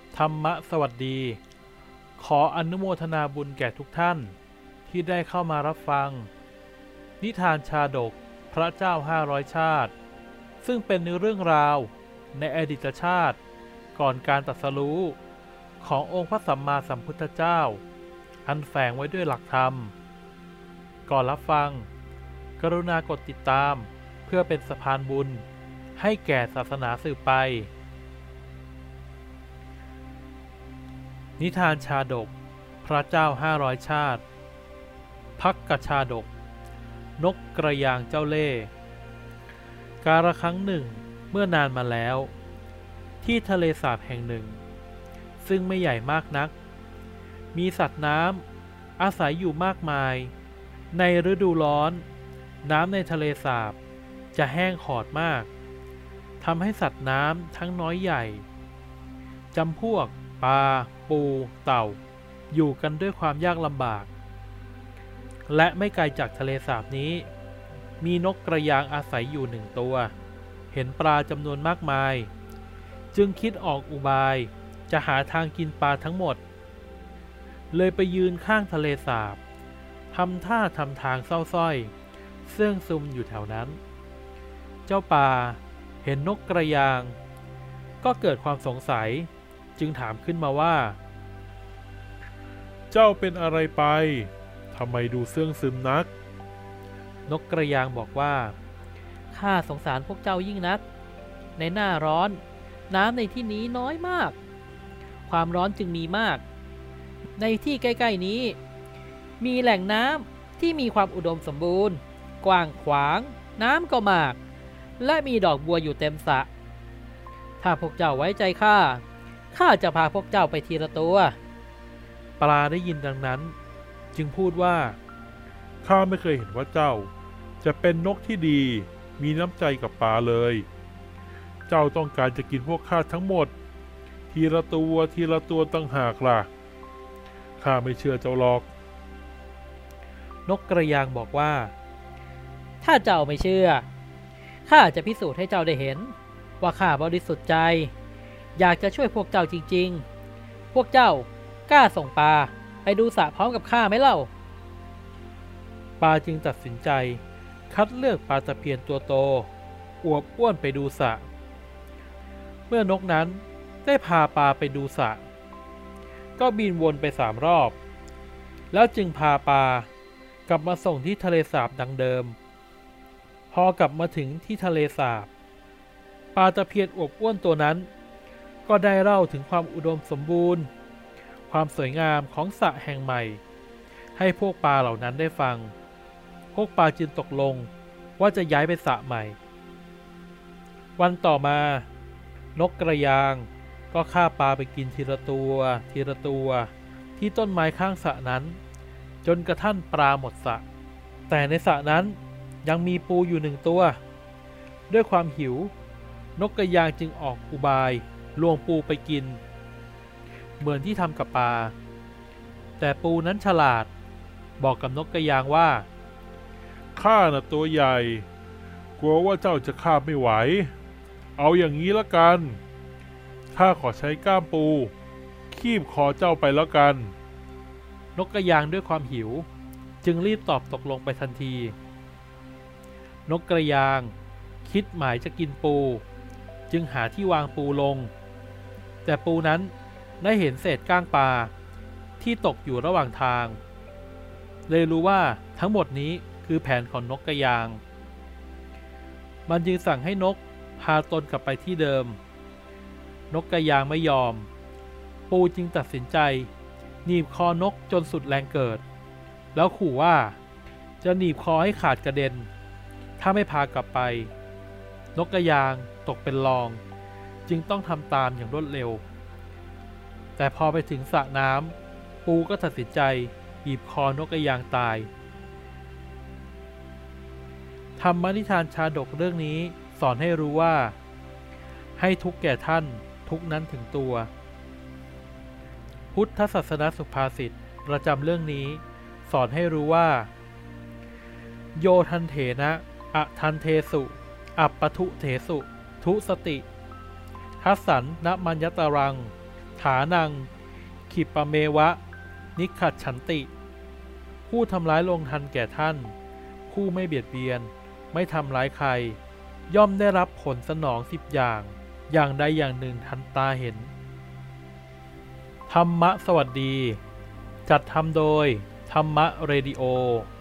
ธรรมสวัสดีขออนุโมทนาบุญแก่ทุกท่านที่ได้เข้ามารับฟังนิทานชาดกพระเจ้า500ชาติซึ่งเป็นเรื่องราวในอดีตชาติก่อนการตรัสรู้ขององค์พระสัมมาสัมพุทธเจ้าอันแฝงไว้ด้วยหลักธรรมก่อนรับฟังกรุณากดติดตามเพื่อเป็นสะพานบุญให้แก่ศาสนาสืบไปนิทานชาดกพระเจ้า500ชาติภักกชาดกนกกระยางเจ้าเล่ห์กาลครั้งหนึ่งเมื่อนานมาแล้วที่ทะเลสาบแห่งหนึ่งซึ่งไม่ใหญ่มากนักมีสัตว์น้ำอาศัยอยู่มากมายในฤดูร้อนน้ำในทะเลสาบจะแห้งขอดมากทำให้สัตว์น้ำทั้งน้อยใหญ่จำพวกปลาปูเต่าอยู่กันด้วยความยากลำบากและไม่ไกลจากทะเลสาบนี้มีนกกระยางอาศัยอยู่1 ตัวเห็นปลาจำนวนมากมายจึงคิดออกอุบายจะหาทางกินปลาทั้งหมดเลยไปยืนข้างทะเลสาบทำท่าทำทางเศร้าส้อยเสื่องซึมอยู่แถวนั้นเจ้าปลาเห็นนกกระยางก็เกิดความสงสัยจึงถามขึ้นมาว่าเจ้าเป็นอะไรไปทำไมดูเสื่องซึมนักนกกระยางบอกว่าข้าสงสารพวกเจ้ายิ่งนักในหน้าร้อนน้ำในที่นี้น้อยมากความร้อนจึงมีมากในที่ใกล้ๆนี้มีแหล่งน้ำที่มีความอุดมสมบูรณ์กว้างขวางน้ำก็มากและมีดอกบัวอยู่เต็มสระถ้าพวกเจ้าไว้ใจข้าจะพาพวกเจ้าไปทีละตัวปลาได้ยินดังนั้นจึงพูดว่าข้าไม่เคยเห็นว่าเจ้าจะเป็นนกที่ดีมีน้ำใจกับปลาเลยเจ้าต้องการจะกินพวกข้าทั้งหมดทีละตัวตั้งหากล่ะข้าไม่เชื่อเจ้าหรอกนกกระยางบอกว่าถ้าเจ้าไม่เชื่อข้าจะพิสูจน์ให้เจ้าได้เห็นว่าข้าบริสุทธิ์ใจอยากจะช่วยพวกเจ้าจริงๆพวกเจ้ากล้าส่งปลาไปดูสระพร้อมกับข้าไหมเล่าปลาจึงตัดสินใจคัดเลือกปลาตะเพียนตัวโตอวบอ้วนไปดูสระเมื่อนกนั้นได้พาปลาไปดูสระก็บินวนไป3 รอบแล้วจึงพาปลากลับมาส่งที่ทะเลสาบดังเดิมพอกลับมาถึงที่ทะเลสาบปลาตะเพียนอวบอ้วนตัวนั้นก็ได้เล่าถึงความอุดมสมบูรณ์ความสวยงามของสระแห่งใหม่ให้พวกปลาเหล่านั้นได้ฟังพวกปลาจึงตกลงว่าจะย้ายไปสระใหม่วันต่อมานกกระยางก็ฆ่าปลาไปกินทีละตัวที่ต้นไม้ข้างสระนั้นจนกระทั่งปลาหมดสระแต่ในสระนั้นยังมีปูอยู่1 ตัวด้วยความหิวนกกระยางจึงออกอุบายลวงปูไปกินเหมือนที่ทำกับปลาแต่ปูนั้นฉลาดบอกกับนกกระยางว่าข้าน่ะตัวใหญ่กลัวว่าเจ้าจะฆ่าไม่ไหวเอาอย่างนี้ละกันข้าขอใช้ก้ามปูคีบคอเจ้าไปแล้วกันนกกระยางด้วยความหิวจึงรีบตอบตกลงไปทันทีนกกระยางคิดหมายจะกินปูจึงหาที่วางปูลงแต่ปูนั้นได้เห็นเศษก้างปลาที่ตกอยู่ระหว่างทางเลยรู้ว่าทั้งหมดนี้คือแผนของนกกระยางมันจึงสั่งให้นกพาตนกลับไปที่เดิมนกกระยางไม่ยอมปูจึงตัดสินใจหนีบคอนกจนสุดแรงเกิดแล้วขู่ว่าจะหนีบคอให้ขาดกระเด็นถ้าไม่พากลับไปนกกระยางตกเป็นรองจึงต้องทำตามอย่างรวดเร็วแต่พอไปถึงสระน้ำปูก็ตัดสินใจบีบคอนกกระยางตายธรรมนิทานชาดกเรื่องนี้สอนให้รู้ว่าให้ทุกข์แก่ท่านทุกข์นั้นถึงตัวพุทธศาสนสุภาษิตประจำเรื่องนี้สอนให้รู้ว่าโยทันเถนะอะทันเทสุอัปปทุเถสุทุสติทัสสันนมัญญตรังฐานังขิปะเมวะนิคขัดฉันติผู้ทำร้ายลงทันแก่ท่านผู้ไม่เบียดเบียนไม่ทำร้ายใครย่อมได้รับผลสนอง10 อย่างใดอย่างหนึ่งทันตาเห็นธรรมะสวัสดีจัดทำโดยธรรมะเรดิโอ